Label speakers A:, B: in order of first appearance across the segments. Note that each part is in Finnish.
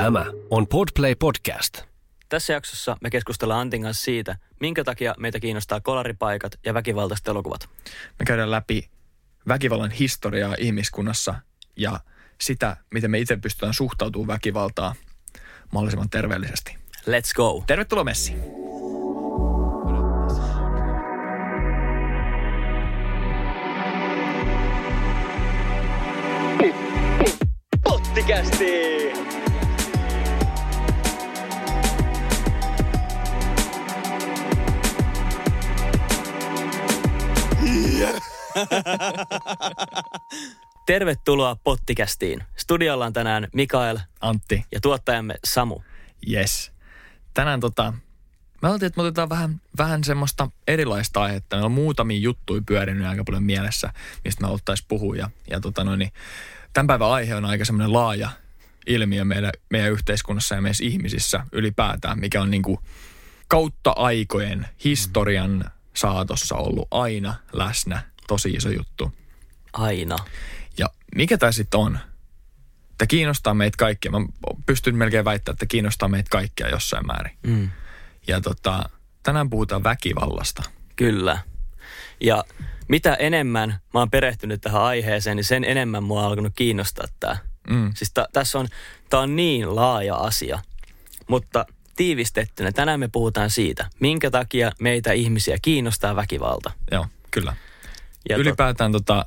A: Tämä on Podplay Podcast.
B: Tässä jaksossa me keskustellaan Antin kanssa siitä, minkä takia meitä kiinnostaa kolaripaikat ja väkivaltaiset elokuvat.
C: Me käydään läpi väkivallan historiaa ihmiskunnassa ja sitä, miten me itse pystytään suhtautumaan väkivaltaan mahdollisimman terveellisesti.
B: Let's go!
C: Tervetuloa messiin!
B: Pottikästi! Tervetuloa Pottikästiin. Studiolla on tänään Mikael,
C: Antti
B: ja tuottajamme Samu.
C: Yes. Tänään me oltiin, että me otetaan vähän semmoista erilaista aihetta. Meillä on muutamia juttuja pyörinyt aika paljon mielessä, mistä me ottaisiin puhua. Ja tämän päivän aihe on aika semmoinen laaja ilmiö meidän yhteiskunnassa ja meissä ihmisissä ylipäätään, mikä on niinku kautta aikojen historian saatossa ollut aina läsnä. Tosi iso juttu.
B: Aina.
C: Ja mikä tämä sitten on? Tämä kiinnostaa meitä kaikkia. Mä pystyn melkein väittämään, että kiinnostaa meitä kaikkia jossain määrin. Mm. Ja tänään puhutaan väkivallasta.
B: Kyllä. Ja mitä enemmän mä oon perehtynyt tähän aiheeseen, niin sen enemmän mua on alkanut kiinnostaa tämä. Siis tää on niin laaja asia. Mutta tiivistettynä tänään me puhutaan siitä, minkä takia meitä ihmisiä kiinnostaa väkivalta.
C: Joo, kyllä. Ja ylipäätään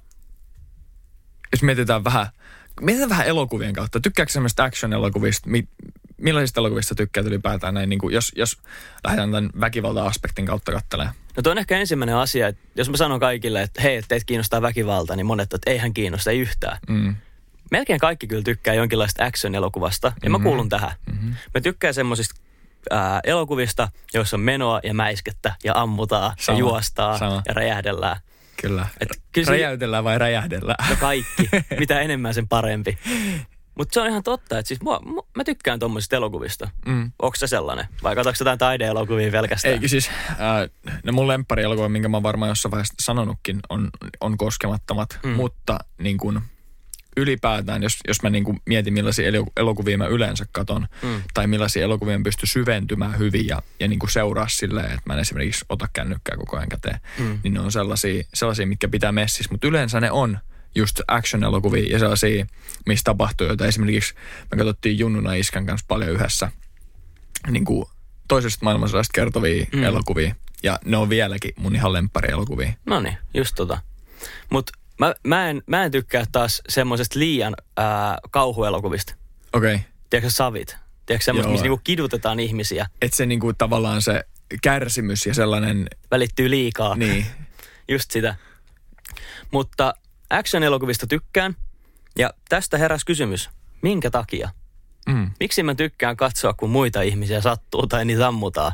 C: jos mietitään vähän elokuvien kautta. Tykkääkö semmoista action-elokuvista? Millaisista elokuvista tykkäät ylipäätään näin, niin kuin jos lähdetään tämän väkivalta-aspektin kautta katselemaan?
B: No toi on ehkä ensimmäinen asia, että jos mä sanon kaikille, että hei, teitä kiinnostaa väkivalta, niin monet, että eihän kiinnosta, ei yhtään. Melkein kaikki kyllä tykkää jonkinlaista action-elokuvasta, ja mä kuulun tähän. Mä tykkään semmoisista elokuvista, joissa on menoa ja mäiskettä, ja ammutaan, ja juostaa, ja räjähdellään.
C: Kyllä. Räjäytellään vai räjähdellään?
B: No kaikki. Mitä enemmän sen parempi. Mutta se on ihan totta, että siis mä tykkään tommosista elokuvista. Onko se sellainen? Vai katsoinko jotain taide-elokuvia pelkästään?
C: Eikä siis, mun lemppari-elokuva, minkä mä oon varmaan jossain vaiheessa sanonutkin, on Koskemattomat. Mutta niin kun, ylipäätään, jos mä niin kun mietin millaisia elokuvia mä yleensä katon, tai millaisia elokuvia pystyn syventymään hyvin ja niin kun seuraa silleen, että mä en esimerkiksi ota kännykkää koko ajan käteen, niin ne on sellaisia, mitkä pitää messissä. Mutta yleensä ne on just action-elokuvia ja sellaisia, missä tapahtuu, joita esimerkiksi me katsottiin Junnuna Iskän kanssa paljon yhdessä niin kuin toisesta maailmansodasta kertovia elokuvia. Ja ne on vieläkin mun ihan lempparielokuvia.
B: No niin, just Mutta mä en tykkää taas semmoisesta liian kauhuelokuvista.
C: Okei. Okay.
B: Tiedätkö savit? Tiedätkö semmoista, missä niinku kidutetaan ihmisiä?
C: Että se niinku tavallaan se kärsimys ja sellainen
B: välittyy liikaa.
C: Niin.
B: Just sitä. Mutta action-elokuvista tykkään. Ja tästä heräsi kysymys, minkä takia? Miksi mä tykkään katsoa, kun muita ihmisiä sattuu tai niitä ammutaan?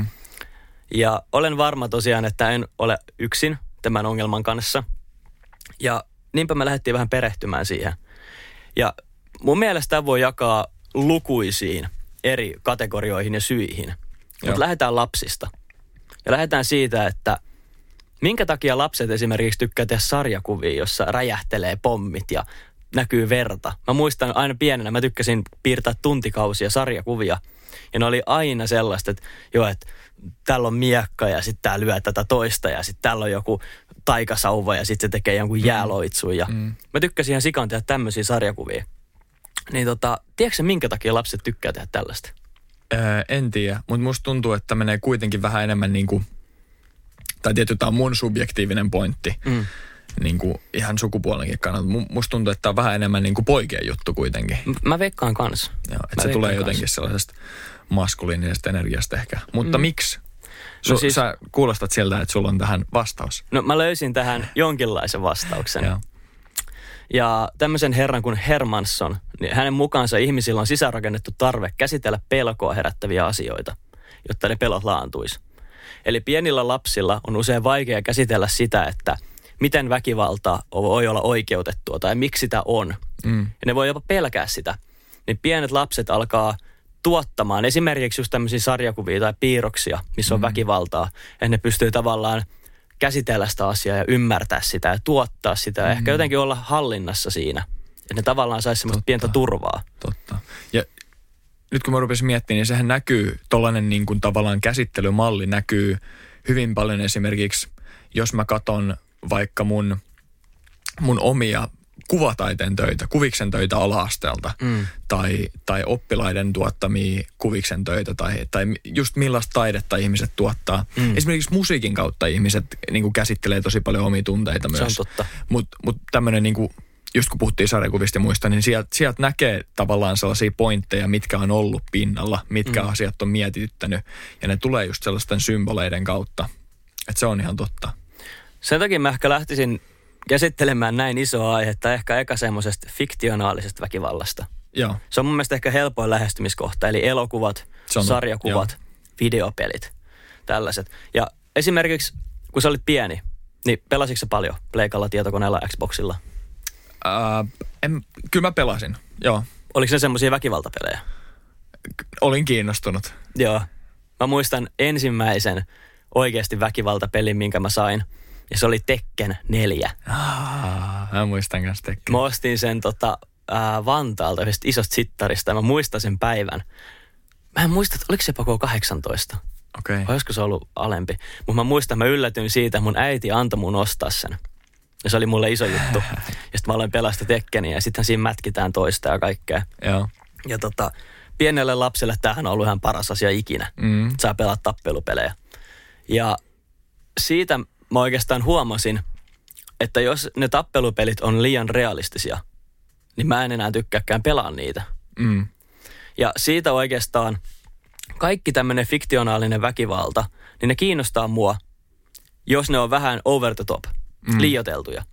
B: Ja olen varma tosiaan, että en ole yksin tämän ongelman kanssa. Ja niinpä me lähdettiin vähän perehtymään siihen. Ja mun mielestä tämä voi jakaa lukuisiin eri kategorioihin ja syihin. Mutta lähdetään lapsista. Ja lähdetään siitä, että minkä takia lapset esimerkiksi tykkää tehdä sarjakuvia, jossa räjähtelee pommit ja näkyy verta. Mä muistan aina pienenä, mä tykkäsin piirtää tuntikausia sarjakuvia. Ja ne oli aina sellaista, että täällä on miekka ja sitten tää lyö tätä toista ja sitten täällä on joku taikasauva ja sitten se tekee jonkun jääloitsun. Ja mä tykkäsin ihan sikan tehdä tämmöisiä sarjakuvia. Niin tiedätkö sä, minkä takia lapset tykkää tehdä tällaista?
C: En tiedä, mutta musta tuntuu, että menee kuitenkin vähän enemmän niinku, tai tietysti tämä on mun subjektiivinen pointti, niinku ihan sukupuolenkin kannalta. Musta tuntuu, että tämä on vähän enemmän niinku poikien juttu kuitenkin.
B: Mä veikkaan kanssa.
C: Joo, että se tulee jotenkin sellaisesta maskuliinisesta energiasta ehkä. Mutta miksi? Sä kuulostat sieltä, että sulla on tähän vastaus.
B: No mä löysin tähän jonkinlaisen vastauksen. Ja tämmöisen herran kuin Hermansson, niin hänen mukaansa ihmisillä on sisäänrakennettu tarve käsitellä pelkoa herättäviä asioita, jotta ne pelot laantuisi. Eli pienillä lapsilla on usein vaikea käsitellä sitä, että miten väkivalta voi olla oikeutettua tai miksi sitä on. Ja ne voi jopa pelkää sitä. Niin pienet lapset alkaa tuottamaan esimerkiksi just tämmöisiä sarjakuvia tai piirroksia, missä on väkivaltaa. Ja ne pystyy tavallaan käsitellä sitä asiaa ja ymmärtää sitä ja tuottaa sitä ja ehkä jotenkin olla hallinnassa siinä. Että ne tavallaan saisi semmoista pientä turvaa.
C: Totta. Ja nyt kun mä rupesin miettimään, niin sehän näkyy, tollainen niin kuin tavallaan käsittelymalli näkyy hyvin paljon esimerkiksi, jos mä katon vaikka mun omia kuvataiteen töitä, kuviksen töitä ala-asteelta tai oppilaiden tuottamia kuviksen töitä tai just millaista taidetta ihmiset tuottaa. Esimerkiksi musiikin kautta ihmiset niin kuin käsittelee tosi paljon omia tunteita myös.
B: Se on totta.
C: Mut tämmöinen, niin kuin, just kun puhuttiin sarjakuvista ja muista, niin sieltä näkee tavallaan sellaisia pointteja, mitkä on ollut pinnalla, mitkä asiat on mietityttänyt ja ne tulee just sellaisten symboleiden kautta. Että se on ihan totta.
B: Sen takia mä ehkä lähtisin käsittelemään näin isoa aihetta ehkä eka semmoisesta fiktionaalisesta väkivallasta.
C: Joo.
B: Se on mun mielestä ehkä helpoin lähestymiskohta, eli elokuvat, sarjakuvat, videopelit, tällaiset. Ja esimerkiksi, kun sä olit pieni, niin pelasitko sä paljon Pleikalla, tietokoneella, Xboxilla?
C: Kyllä mä pelasin, joo.
B: Oliko ne semmoisia väkivaltapelejä?
C: Olin kiinnostunut.
B: Joo. Mä muistan ensimmäisen oikeasti väkivaltapelin, minkä mä sain. Ja se oli Tekken 4.
C: Mä muistan kanssa Tekken.
B: Mä ostin sen Vantaalta yhdestä isosta sittarista ja mä muistan sen päivän. Mä en muista, että oliko se pako 18.
C: Okei.
B: Vai olisiko se ollut alempi. Mutta mä muistan, mä yllätyin siitä, mun äiti antoi mun ostaa sen. Ja se oli mulle iso juttu. Ja sitten mä aloin pelaa sitä Tekkeniä ja sitten siinä mätkitään toista ja kaikkea.
C: Joo.
B: Ja pienelle lapselle tämähän on ollut ihan paras asia ikinä. Saa pelaa tappelupelejä. Ja siitä mä oikeastaan huomasin, että jos ne tappelupelit on liian realistisia, niin mä en enää tykkääkään pelaa niitä. Ja siitä oikeastaan kaikki tämmöinen fiktionaalinen väkivalta, niin ne kiinnostaa mua, jos ne on vähän over the top, liioiteltuja.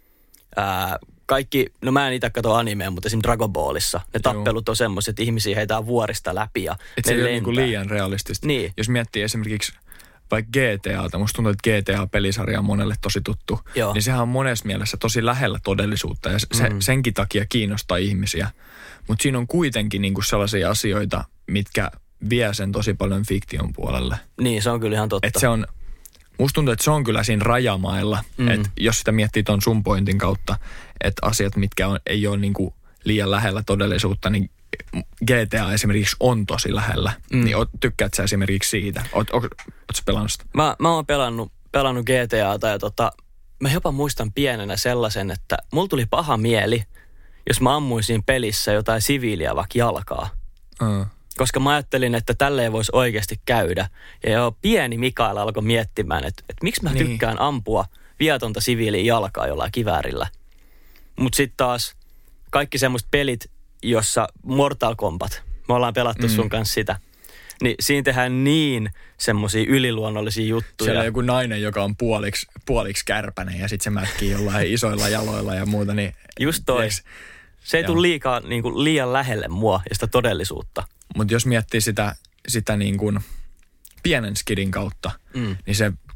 B: Kaikki, no mä en itse katso animea, mutta esimerkiksi Dragon Ballissa ne tappelut on semmoiset, että ihmisiä heitään vuorista läpi ja
C: et se ei ole liian realistista.
B: Niin.
C: Jos miettii esimerkiksi vaikka GTAta, musta tuntuu, että GTA-pelisarja on monelle tosi tuttu, niin sehän on monessa mielessä tosi lähellä todellisuutta ja senkin takia kiinnostaa ihmisiä. Mutta siinä on kuitenkin niinku sellaisia asioita, mitkä vie sen tosi paljon fiktion puolelle.
B: Niin, se on kyllä ihan totta.
C: Et se on, musta tuntuu, että se on kyllä siinä rajamailla, että jos sitä miettii ton sun pointin kautta, että asiat, mitkä ei ole niinku liian lähellä todellisuutta, niin GTA esimerkiksi on tosi lähellä. Niin tykkäät sä esimerkiksi siitä? Ootko sä pelannut sitä?
B: Mä oon pelannut GTAta ja mä jopa muistan pienenä sellaisen, että mulla tuli paha mieli, jos mä ammuisin pelissä jotain siviiliä vaikka jalkaa. Koska mä ajattelin, että tälleen voisi oikeasti käydä. Ja pieni Mikael alkoi miettimään, että miksi mä tykkään ampua viatonta siviiliä jalkaa jollain kiväärillä. Mutta sitten taas kaikki semmoiset pelit, jossa Mortal Kombat, me ollaan pelattu sun kanssa sitä, niin siinä tehdään niin semmoisia yliluonnollisia juttuja.
C: Siellä on joku nainen, joka on puoliksi kärpänen ja sitten se mätkii jollain isoilla jaloilla ja muuta. Niin,
B: just toi. Se ei tule liian lähelle mua ja sitä todellisuutta.
C: Mutta jos miettii sitä niin kuin pienen skidin kautta, niin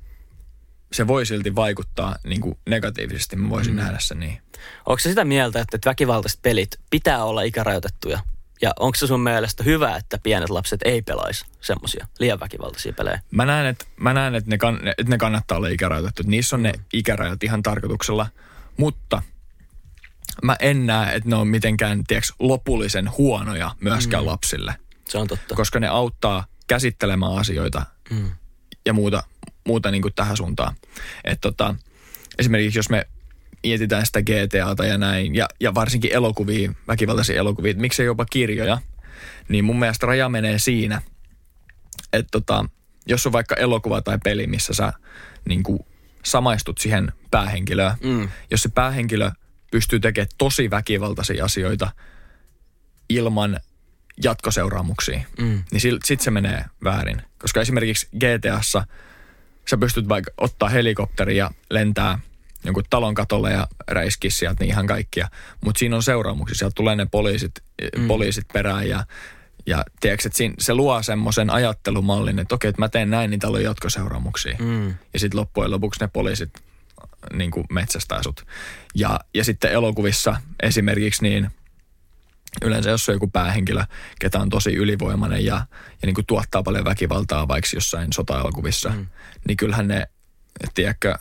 C: se voi silti vaikuttaa niin kuin negatiivisesti. Mä voisin nähdä sen niin.
B: Onko se sitä mieltä, että väkivaltaiset pelit pitää olla ikärajoitettuja? Ja onko se sun mielestä hyvä, että pienet lapset ei pelaisi semmoisia liian väkivaltaisia pelejä?
C: Mä näen, että ne kannattaa olla ikärajoitettu. Niissä on ne ikärajat ihan tarkoituksella, mutta mä en näe, että ne on mitenkään lopullisen huonoja myöskään lapsille.
B: Se on totta.
C: Koska ne auttaa käsittelemään asioita ja muuta niin kuin tähän suuntaan. Että esimerkiksi jos me mietitään sitä GTAta ja näin, ja varsinkin elokuvia, väkivaltaisia elokuvia, että miksei jopa kirjoja, niin mun mielestä raja menee siinä, että jos on vaikka elokuva tai peli, missä sä niin kuin samaistut siihen päähenkilöön, jos se päähenkilö pystyy tekemään tosi väkivaltaisia asioita ilman jatkoseuraamuksia, niin sit se menee väärin. Koska esimerkiksi GTAssa sä pystyt vaikka ottaa helikopteri ja lentää jonkun talon katolle ja räiskiä sieltä niin ihan kaikkia. Mutta siinä on seuraamuksia. Sieltä tulee ne poliisit perään ja tiedätkö, että se luo semmoisen ajattelumallin, että okei, että mä teen näin, niin täällä on jatkoseuraamuksia. Ja sitten loppujen lopuksi ne poliisit niin kuin metsästää sut. Ja sitten elokuvissa esimerkiksi niin yleensä jos on joku päähenkilö, ketä on tosi ylivoimainen ja niin kuin tuottaa paljon väkivaltaa vaikka jossain sota-elokuvissa, niin kyllähän ne, tiedätkö,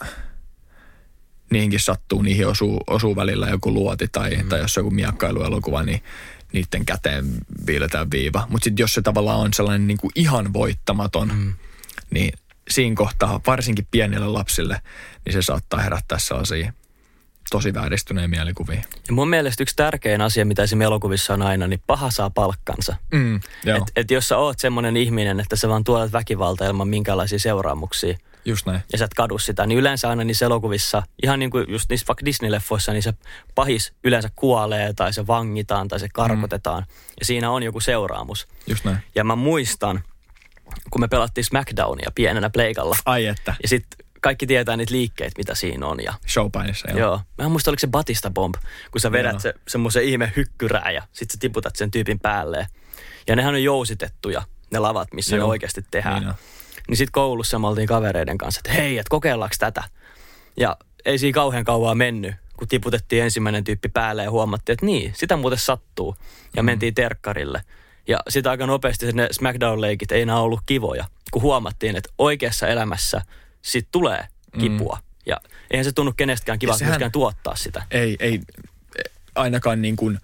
C: niihinkin sattuu, niihin osuu välillä joku luoti tai jos on joku miekkailuelokuva, niin niiden käteen viiletään viiva. Mutta sitten jos se tavallaan on sellainen niin kuin ihan voittamaton, niin siinä kohtaa varsinkin pienille lapsille, niin se saattaa herättää sellaisia tosi vääristyneen mielikuvia.
B: Ja mun mielestä yksi tärkein asia, mitä esimerkiksi elokuvissa on aina, niin paha saa palkkansa. Et jos sä oot semmoinen ihminen, että sä vaan tuotat väkivaltaa ilman minkäänlaisia seuraamuksia,
C: just näin.
B: Ja sä et kadu sitä, niin yleensä aina niissä elokuvissa, ihan niin kuin just niissä vaikka Disney-leffoissa, niin se pahis yleensä kuolee tai se vangitaan tai se karkotetaan. Ja siinä on joku seuraamus.
C: Just näin.
B: Ja mä muistan, kun me pelattiin SmackDownia pienenä pleikalla.
C: Ai että.
B: Ja sitten kaikki tietää niitä liikkeitä, mitä siinä on. Ja
C: showpainissa,
B: joo. Mä en muista, oliko se Batista Bomb, kun sä vedät semmoisen ihme hykkyrää ja sit sä tiputat sen tyypin päälleen. Ja nehän on jousitettuja, ne lavat, missä ne oikeasti tehdään. Niin sit koulussa me oltiin kavereiden kanssa, että hei, et kokeillaanko tätä? Ja ei siinä kauhean kauan mennyt, kun tiputettiin ensimmäinen tyyppi päälle ja huomattiin, että niin, sitä muuten sattuu. Ja mentiin terkkarille. Ja sitä aika nopeasti ne SmackDown-leikit ei enää ollut kivoja, kun huomattiin, että oikeassa elämässä sit tulee kipua. Ja eihän se tunnu kenestäkään kivalta myöskään tuottaa sitä.
C: Ei ainakaan niin kuin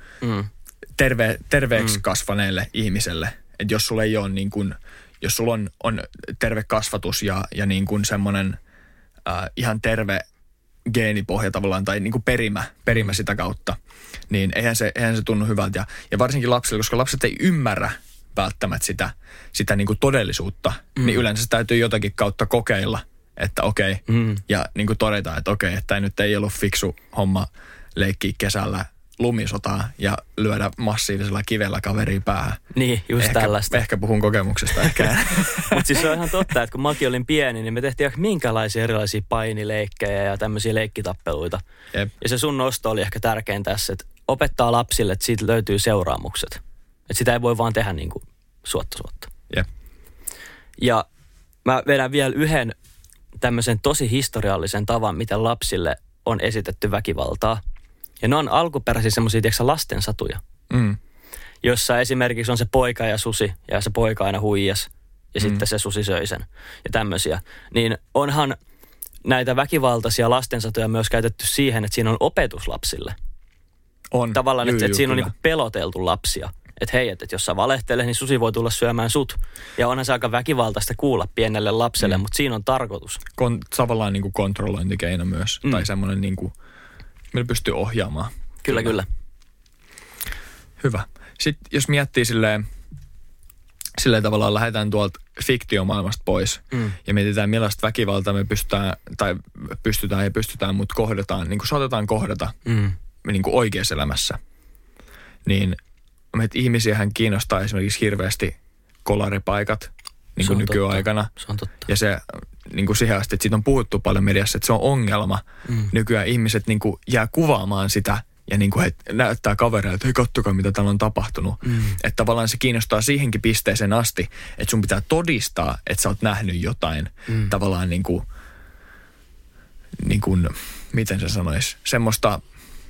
C: terveeksi kasvaneelle ihmiselle. Että jos sulla ei ole niin kuin, jos sulla on terve kasvatus ja niin kuin semmoinen ihan terve geenipohja tavallaan tai niin kuin perimä sitä kautta, niin eihän se tunnu hyvältä. Ja varsinkin lapsille, koska lapset ei ymmärrä välttämättä sitä niin kuin todellisuutta, niin yleensä se täytyy jotakin kautta kokeilla, että okei, ja niin kuin todetaan, että okei, että nyt ei ollut fiksu homma leikkiä kesällä lumisotaa ja lyödä massiivisella kivellä kaveriin päähän.
B: Niin, just tällaista.
C: Ehkä puhun kokemuksesta ehkä.
B: Mutta siis se on ihan totta, että kun mäkin olin pieni, niin me tehtiin minkälaisia erilaisia painileikkejä ja tämmöisiä leikkitappeluita. Jep. Ja se sun nosto oli ehkä tärkein tässä, että opettaa lapsille, että siitä löytyy seuraamukset. Että sitä ei voi vaan tehdä niin kuin suotta.
C: Jep.
B: Ja mä vedän vielä yhden tämmöisen tosi historiallisen tavan, miten lapsille on esitetty väkivaltaa. Ja ne on alkuperäisiä semmoisia, tiedätkö, lastensatuja, jossa esimerkiksi on se poika ja susi, ja se poika aina huijas, ja sitten se susi söi sen, ja tämmöisiä. Niin onhan näitä väkivaltaisia lastensatuja myös käytetty siihen, että siinä on opetus lapsille.
C: On.
B: Tavallaan, että siinä on niinku peloteltu lapsia. Että hei, että jos sä valehtelet, niin susi voi tulla syömään sut. Ja onhan se aika väkivaltaista kuulla pienelle lapselle, mutta siinä on tarkoitus.
C: Tavallaan niin kuin kontrollointikeino myös, tai semmoinen niin kuin millä pystyy ohjaamaan.
B: Kyllä.
C: Hyvä. Sitten jos miettii silleen tavallaan lähdetään tuolta fiktiomaailmasta pois ja mietitään millaista väkivaltaa me pystytään, mutta kohdataan, niin kuin saatetaan kohdata niin kuin oikeassa elämässä. Niin meitä ihmisiähän kiinnostaa esimerkiksi hirveästi kolaripaikat niin kuin nykyaikana.
B: Se on totta.
C: Ja se niin kuin siihen asti, että siitä on puhuttu paljon mediassa, että se on ongelma. Nykyään ihmiset niin kuin jää kuvaamaan sitä ja niin kuin he näyttää kavereille, että hei, katsokaa mitä täällä on tapahtunut. Että tavallaan se kiinnostaa siihenkin pisteeseen asti, että sun pitää todistaa, että sä oot nähnyt jotain tavallaan niin kuin miten se sanoisi, semmoista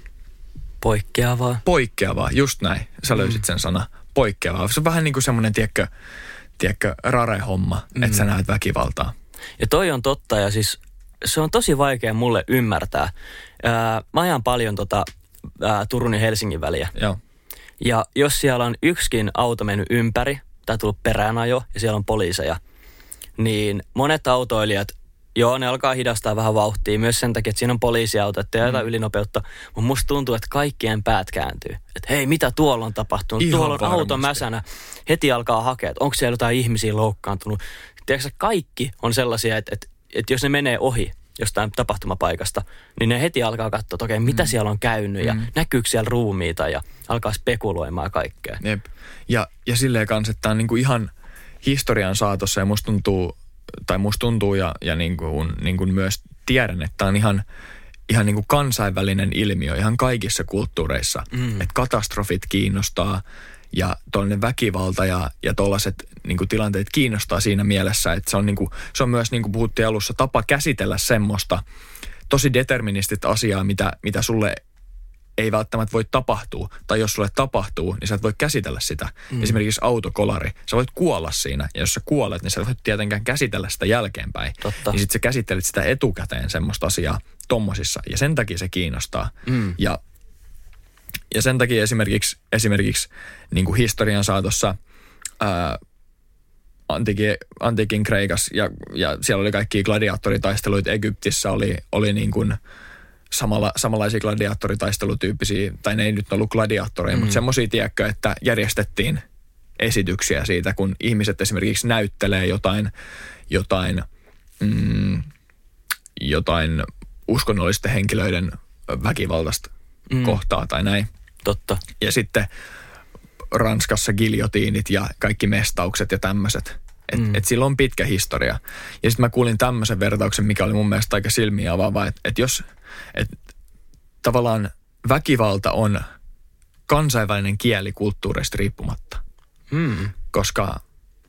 C: Poikkeavaa, just näin. Sä löysit sen sana. Poikkeavaa. Se on vähän niin kuin semmoinen, tiedätkö, rare-homma, että sä näet väkivaltaa.
B: Ja toi on totta ja siis se on tosi vaikea mulle ymmärtää. Mä ajan paljon Turun ja Helsingin väliä.
C: Joo.
B: Ja jos siellä on yksikin auto mennyt ympäri tai tullut peräänajo ja siellä on poliiseja, niin monet autoilijat, ne alkaa hidastaa vähän vauhtia myös sen takia, että siinä on poliisiauto, että jotain ylinopeutta. Mutta musta tuntuu, että kaikkien päät kääntyy. Että hei, mitä tuolla on tapahtunut?
C: Ihan
B: tuolla on
C: varmasti.
B: auto mäsänä. Heti alkaa hakea, että onko siellä jotain ihmisiä loukkaantunut. Tiedätkö, kaikki on sellaisia, että jos ne menee ohi jostain tapahtumapaikasta, niin ne heti alkaa katsoa, että okei, mitä siellä on käynyt ja näkyykö siellä ruumiita ja alkaa spekuloimaan kaikkea.
C: Jep. Ja silleen kanssa, että tämä on niinku ihan historian saatossa ja musta tuntuu ja niin kuin myös tiedän, että tämä on ihan niin kuin kansainvälinen ilmiö ihan kaikissa kulttuureissa. Että katastrofit kiinnostaa ja tollainen väkivalta ja tollaiset niin kuin tilanteet kiinnostaa siinä mielessä, että se on myös niin kuin puhuttiin alussa tapa käsitellä semmoista tosi deterministista asiaa, mitä sulle ei välttämättä voi tapahtua. Tai jos sulle tapahtuu, niin sä et voi käsitellä sitä. Esimerkiksi autokolari. Sä voit kuolla siinä. Ja jos sä kuolet, niin sä et voi tietenkään käsitellä sitä jälkeenpäin.
B: Totta.
C: Niin sit sä käsittelet sitä etukäteen semmoista asiaa tommosissa. Ja sen takia se kiinnostaa. Ja Ja sen takia esimerkiksi niin kuin historian saatossa antiikin Kreikassa ja siellä oli kaikkia gladiaattoritaisteluita. Egyptissä oli niin kuin samanlaisia gladiaattoritaistelutyyppisiä, tai ne ei nyt ollut gladiaattoreja, mutta semmoisia, tiedätkö, että järjestettiin esityksiä siitä, kun ihmiset esimerkiksi näyttelee jotain uskonnollisten henkilöiden väkivaltaista kohtaa tai näin.
B: Totta.
C: Ja sitten Ranskassa giljotiinit ja kaikki mestaukset ja tämmöiset. Et sillä on pitkä historia. Ja sitten mä kuulin tämmöisen vertauksen, mikä oli mun mielestä aika silmiä avaava, että tavallaan väkivalta on kansainvälinen kieli kulttuurista riippumatta. Koska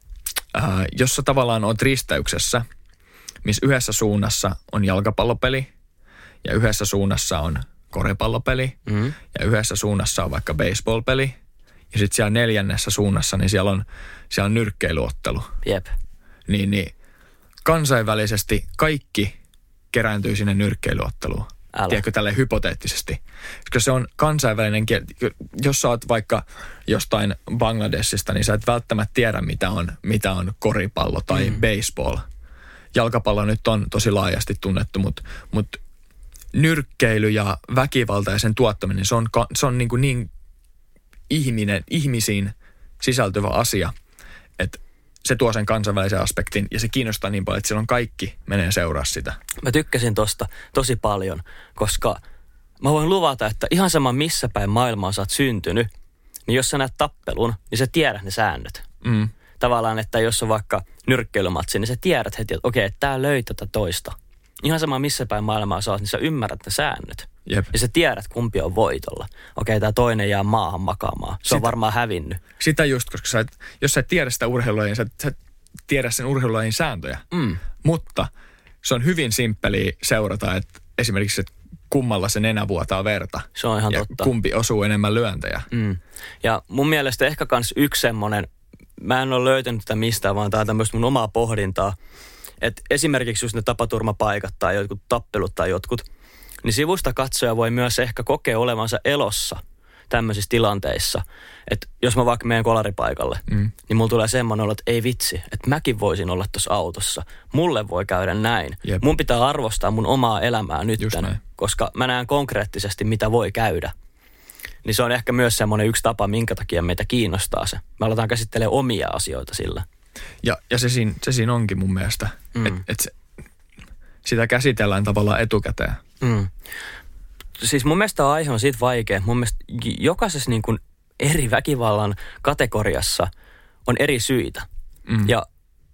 C: jos sä tavallaan oot risteyksessä, missä yhdessä suunnassa on jalkapallopeli ja yhdessä suunnassa on koripallopeli ja yhdessä suunnassa on vaikka baseballpeli ja sitten siellä neljännessä suunnassa niin siellä on nyrkkeilyottelu.
B: Jep.
C: Niin kansainvälisesti kaikki kerääntyy sinne nyrkkeilyotteluun. Tiedätkö, tälleen hypoteettisesti. Koska se on kansainvälinen kieli. Jos sä oot vaikka jostain Bangladesista, niin sä et välttämättä tiedä, mitä on koripallo tai baseball. Jalkapallo nyt on tosi laajasti tunnettu, mutta nyrkkeily ja väkivalta ja sen tuottaminen, se on niin ihmisiin sisältyvä asia, että se tuo sen kansainvälisen aspektin ja se kiinnostaa niin paljon, että silloin kaikki menee seuraa sitä.
B: Mä tykkäsin tosta tosi paljon, koska mä voin luvata, että ihan sama missä päin maailmaa sä oot syntynyt, niin jos sä näet tappelun, niin sä tiedät ne säännöt. Tavallaan, että jos on vaikka nyrkkeilymatsi, niin sä tiedät heti, että okei, tää löi tätä toista. Ihan sama missä päin maailmaa sä oot, niin sä ymmärrät ne säännöt.
C: Jep.
B: Ja sä tiedät, kumpi on voitolla. Okei, tää toinen jää maahan makaamaan. Se on varmaan hävinnyt.
C: Sitä just, koska jos sä et tiedä sitä urheilulajia, sä et tiedä sen urheilulajin sääntöjä. Mutta se on hyvin simppeliä seurata, että esimerkiksi, että kummalla se nenä vuotaa verta.
B: Se on ihan
C: ja
B: totta.
C: Kumpi osuu enemmän lyöntejä.
B: Ja mun mielestä ehkä kans yksi semmonen, mä en ole löytänyt tätä mistään, vaan tää on tämmöistä mun omaa pohdintaa. Että esimerkiksi just ne tapaturmapaikat tai jotkut tappelut tai jotkut, niin sivusta katsoja voi myös ehkä kokea olevansa elossa tämmöisissä tilanteissa. Että jos mä vaikka menen kolaripaikalle, niin mulla tulee semmoinen olo, että ei vitsi, että mäkin voisin olla tuossa autossa. Mulle voi käydä näin.
C: Jep.
B: Mun pitää arvostaa mun omaa elämää nytten, koska mä näen konkreettisesti, mitä voi käydä. Niin se on ehkä myös semmoinen yksi tapa, minkä takia meitä kiinnostaa se. Me aletaan käsittelemään omia asioita sillä.
C: Ja se siinä onkin mun mielestä, että sitä käsitellään tavallaan etukäteen.
B: Siis mun mielestä aihe on siitä vaikea. Mun mielestä jokaisessa niin kuin eri väkivallan kategoriassa on eri syitä. Ja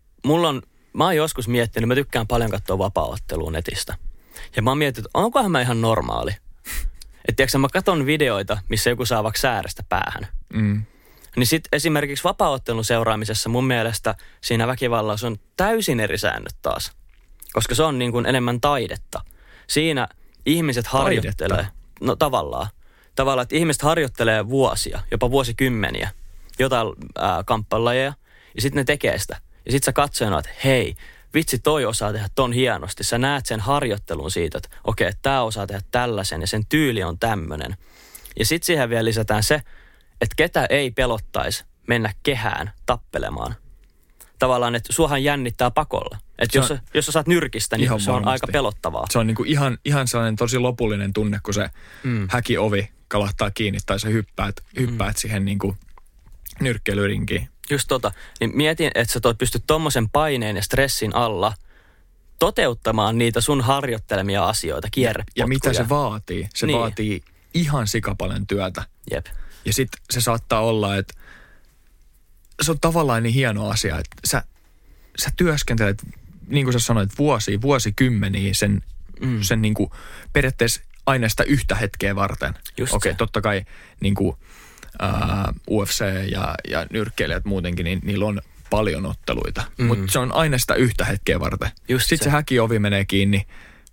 B: mä oon joskus miettinyt, mä tykkään paljon katsoa vapaa-ottelua netistä. Ja mä oon miettinyt, että onkohan mä ihan normaali. Että tiiäksä, mä katson videoita, missä joku saa vaikka säärestä päähän. Niin sitten esimerkiksi vapaa-ottelun seuraamisessa mun mielestä siinä väkivallassa on täysin eri säännöt taas. Koska se on niin kuin enemmän taidetta. Siinä ihmiset harjoittelee, no tavallaan, että ihmiset harjoittelee vuosia, jopa vuosikymmeniä, jotain kamppailulajeja, ja sitten ne tekee sitä. Ja sitten sä katsojana, että hei, vitsi toi osaa tehdä ton hienosti. Sä näet sen harjoittelun siitä, että okei, tää osaa tehdä tällaisen, ja sen tyyli on tämmönen. Ja sitten siihen vielä lisätään se, että ketä ei pelottaisi mennä kehään tappelemaan. Tavallaan, että suohan jännittää pakolla. Että jos sä saat nyrkistä, niin se on varmasti aika pelottavaa.
C: Se on niinku ihan sellainen tosi lopullinen tunne, kun se häkiovi kalahtaa kiinni tai sä hyppäät siihen niinku nyrkkeilyrinkiin.
B: Just niin mietin, että sä pystyt tommosen paineen ja stressin alla toteuttamaan niitä sun harjoittelemia asioita, kierrepotkuja.
C: Ja mitä se vaatii? Se vaatii ihan sikapaljon työtä.
B: Jep.
C: Ja sitten se saattaa olla, että se on tavallaan niin hieno asia, että sä työskentelet, niin kuin sä sanoit, vuosikymmeniä sen niin kuin periaatteessa aina sitä yhtä hetkeä varten. Okei, totta kai niin kuin, UFC ja nyrkkeilijät muutenkin, niin niillä on paljon otteluita. Mutta se on aina sitä yhtä hetkeä varten. Sitten se häkiovi menee kiinni,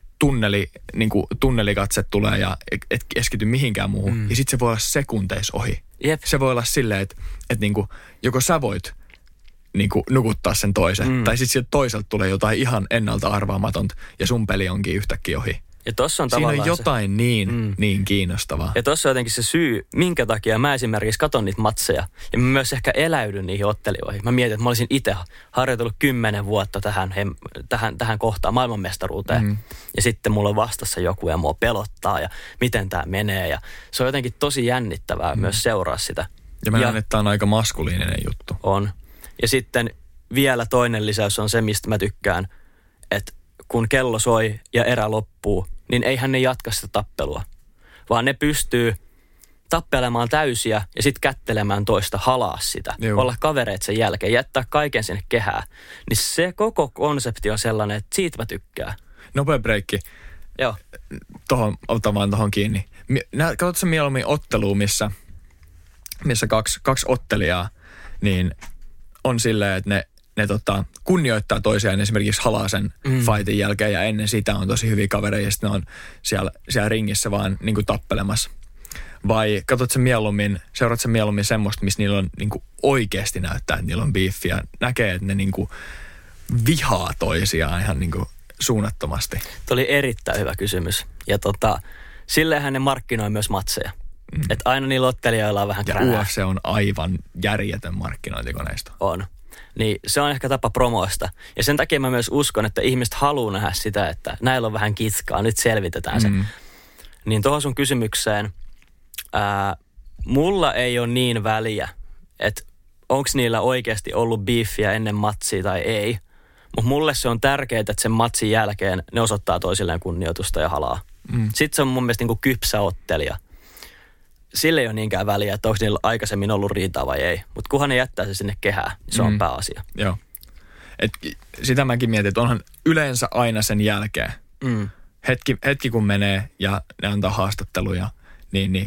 C: tunnelikatse tulee ja et keskity mihinkään muuhun. Ja sitten se voi olla sekunteissa ohi.
B: Jep.
C: Se voi olla silleen, että niinku, joko sä voit niinku, nukuttaa sen toisen, tai sitten sieltä toiselta tulee jotain ihan ennalta arvaamatonta ja sun peli onkin yhtäkkiä ohi.
B: Ja tossa on
C: siinä on
B: tavallaan
C: jotain niin kiinnostavaa.
B: Ja tossa on jotenkin se syy, minkä takia mä esimerkiksi katon niitä matseja. Ja mä myös ehkä eläydyn niihin ottelioihin. Mä mietin, että mä olisin itse harjoitellut 10 vuotta tähän kohtaan maailmanmestaruuteen. Ja sitten mulla on vastassa joku ja mua pelottaa ja miten tää menee. Ja se on jotenkin tosi jännittävää myös seuraa sitä.
C: Ja mä näen, että tää on aika maskuliininen juttu.
B: On. Ja sitten vielä toinen lisäys on se, mistä mä tykkään, että kun kello soi ja erä loppuu, niin eihän ne jatka sitä tappelua, vaan ne pystyy tappelemaan täysiä ja sitten kättelemään toista, halaa sitä, olla kavereet sen jälkeen, jättää kaiken sinne kehään. Niin se koko konsepti on sellainen, että siitä mä tykkään.
C: Nopea breikki.
B: Joo.
C: Ota vaan tohon kiinni. Katsotko sä mieluummin ottelua, missä kaksi ottelijaa, niin on silleen, että ne kunnioittaa toisiaan, esimerkiksi halaa sen fightin jälkeen ja ennen sitä on tosi hyviä kavereita ja sitten ne on siellä ringissä vaan niin kuin tappelemassa. Vai seuraat sä mieluummin semmoista, missä niillä on niin kuin oikeasti näyttää, että niillä on beefiä, näkee, että ne niin kuin vihaa toisiaan ihan niin kuin suunnattomasti.
B: Tuo oli erittäin hyvä kysymys. Ja silleenhän ne markkinoi myös matseja. Että aina niillä ottelijoilla on vähän kränää.
C: Ja UFC on aivan järjetön markkinointikoneisto.
B: On. Niin se on ehkä tapa promoista. Ja sen takia mä myös uskon, että ihmiset haluaa nähdä sitä, että näillä on vähän kitkaa, nyt selvitetään se. Niin tuohon sun kysymykseen, mulla ei ole niin väliä, että onko niillä oikeasti ollut beefiä ennen matsia tai ei. Mutta mulle se on tärkeää, että sen matsin jälkeen ne osoittaa toisilleen kunnioitusta ja halaa. Sitten se on mun mielestä niin kuin kypsä ottelija. Sillä ei ole niinkään väliä, että onko niillä aikaisemmin ollut riitaa vai ei. Mutta kunhan ne jättää se sinne kehään, niin se on pääasia.
C: Joo. Sitä mäkin mietin, että onhan yleensä aina sen jälkeen. Hetki kun menee ja ne antaa haastatteluja, niin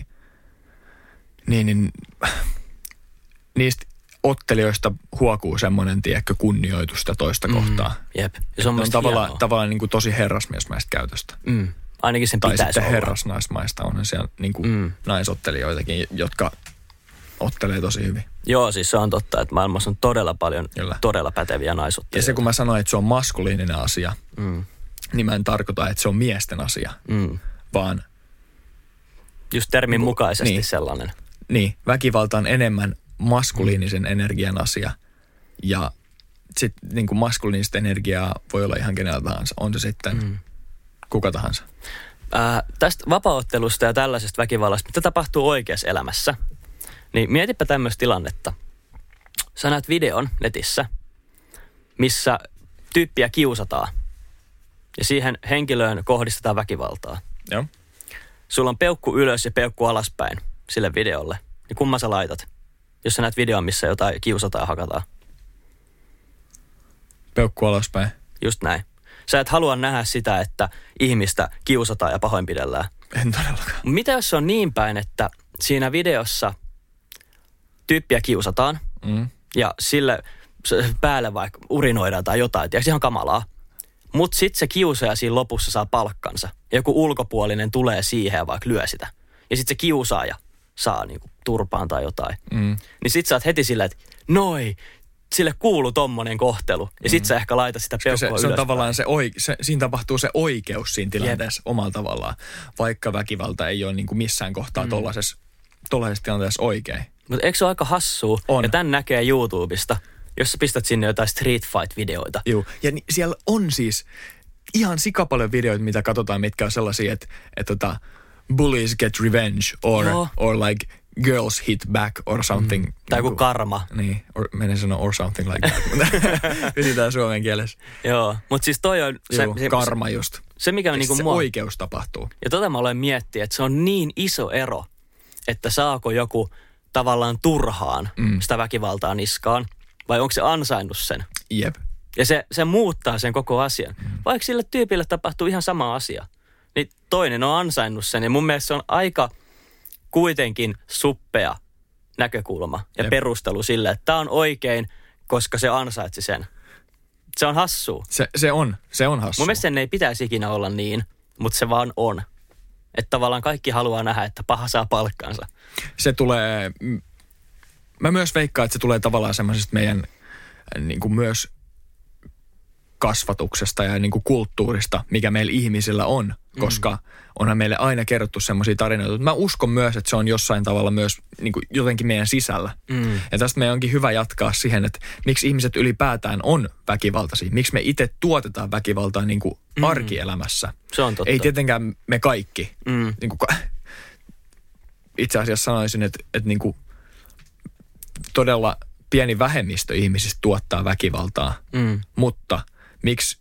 C: niistä ottelijoista huokuu semmoinen, tiedätkö, kunnioitusta toista kohtaa.
B: Jep. Ja se on
C: tavallaan niin kuin tosi herrasmiesmäistä käytöstä.
B: Ainakin sen pitäisi olla.
C: Tai sitten herrasnaismaista onhan siellä niin kuin naisottelijoitakin, jotka ottelee tosi hyvin.
B: Joo, siis se on totta, että maailmassa on todella paljon todella päteviä naisottelijoita.
C: Ja se kun mä sanoin, että se on maskuliininen asia, niin mä en tarkoita, että se on miesten asia, vaan...
B: Just termin mukaisesti sellainen.
C: Niin, väkivalta on enemmän maskuliinisen energian asia ja sitten niin kuin maskuliinista energiaa voi olla ihan kenellä tahansa, on se sitten kuka tahansa.
B: Tästä vapaaottelusta ja tällaisesta väkivallasta, mitä tapahtuu oikeassa elämässä, niin mietipä tämmöistä tilannetta. Sä näet videon netissä, missä tyyppiä kiusataan ja siihen henkilöön kohdistetaan väkivaltaa.
C: Joo.
B: Sulla on peukku ylös ja peukku alaspäin sille videolle. Niin kumman sä laitat, jos sä näet videon, missä jotain kiusataan ja hakataan?
C: Peukku alaspäin.
B: Just näin. Sä et halua nähdä sitä, että ihmistä kiusataan ja pahoinpidellään.
C: En todellakaan.
B: Mitä jos se on niin päin, että siinä videossa tyyppiä kiusataan ja sille päälle vaikka urinoidaan tai jotain, tiedätkö, ihan kamalaa. Mutta sitten se kiusaaja siinä lopussa saa palkkansa. Ja joku ulkopuolinen tulee siihen ja vaikka lyö sitä. Ja sitten se kiusaaja saa niinku turpaan tai jotain. Niin sit sä oot heti sillä, että sille kuuluu tommonen kohtelu. Ja sit sä ehkä laitat sitä peukkua ylöspäin.
C: Se on tavallaan siinä tapahtuu se oikeus siinä tilanteessa omalla tavallaan. Vaikka väkivalta ei ole niinku missään kohtaa tollaisessa tilanteessa oikein.
B: Mutta eikö se ole aika hassua?
C: On. Ja
B: tän näkee YouTubesta, jos sä pistät sinne jotain street fight-videoita.
C: Joo, ja siellä on siis ihan sikapaljon videoita, mitä katsotaan, mitkä on sellaisia, että bullies get revenge or like girls hit back or something.
B: Tai joku karma.
C: Niin, menen sanoa or something like that, mutta pysytään suomen kielessä.
B: Joo, mutta siis toi on...
C: karma just.
B: Se mikä on niinku
C: se oikeus tapahtuu.
B: Ja mä olen miettinyt, että se on niin iso ero, että saako joku tavallaan turhaan sitä väkivaltaa niskaan, vai onko se ansainnut sen?
C: Jep.
B: Ja se muuttaa sen koko asian. Vaikka sille tyypille tapahtuu ihan sama asia, niin toinen on ansainnut sen. Ja mun mielestä se on aika kuitenkin suppea näkökulma ja perustelu sille, että tämä on oikein, koska se ansaitsi sen. Se on hassua.
C: Se on hassua.
B: Mun mielestä sen ei pitäisi ikinä olla niin, mutta se vaan on. Että tavallaan kaikki haluaa nähdä, että paha saa palkkansa.
C: Se tulee, mä myös veikkaan, että se tulee tavallaan semmoisesta meidän niin kuin myös kasvatuksesta ja niin kuin kulttuurista, mikä meillä ihmisillä on koska onhan meille aina kerrottu semmoisia tarinoita. Mä uskon myös, että se on jossain tavalla myös niin kuin jotenkin meidän sisällä. Ja tästä meidän onkin hyvä jatkaa siihen, että miksi ihmiset ylipäätään on väkivaltaisia. Miksi me itse tuotetaan väkivaltaa niin kuin arkielämässä.
B: Se on totta.
C: Ei tietenkään me kaikki. Niin kuin, itse asiassa sanoisin, että niin kuin todella pieni vähemmistö ihmisistä tuottaa väkivaltaa. Mutta miksi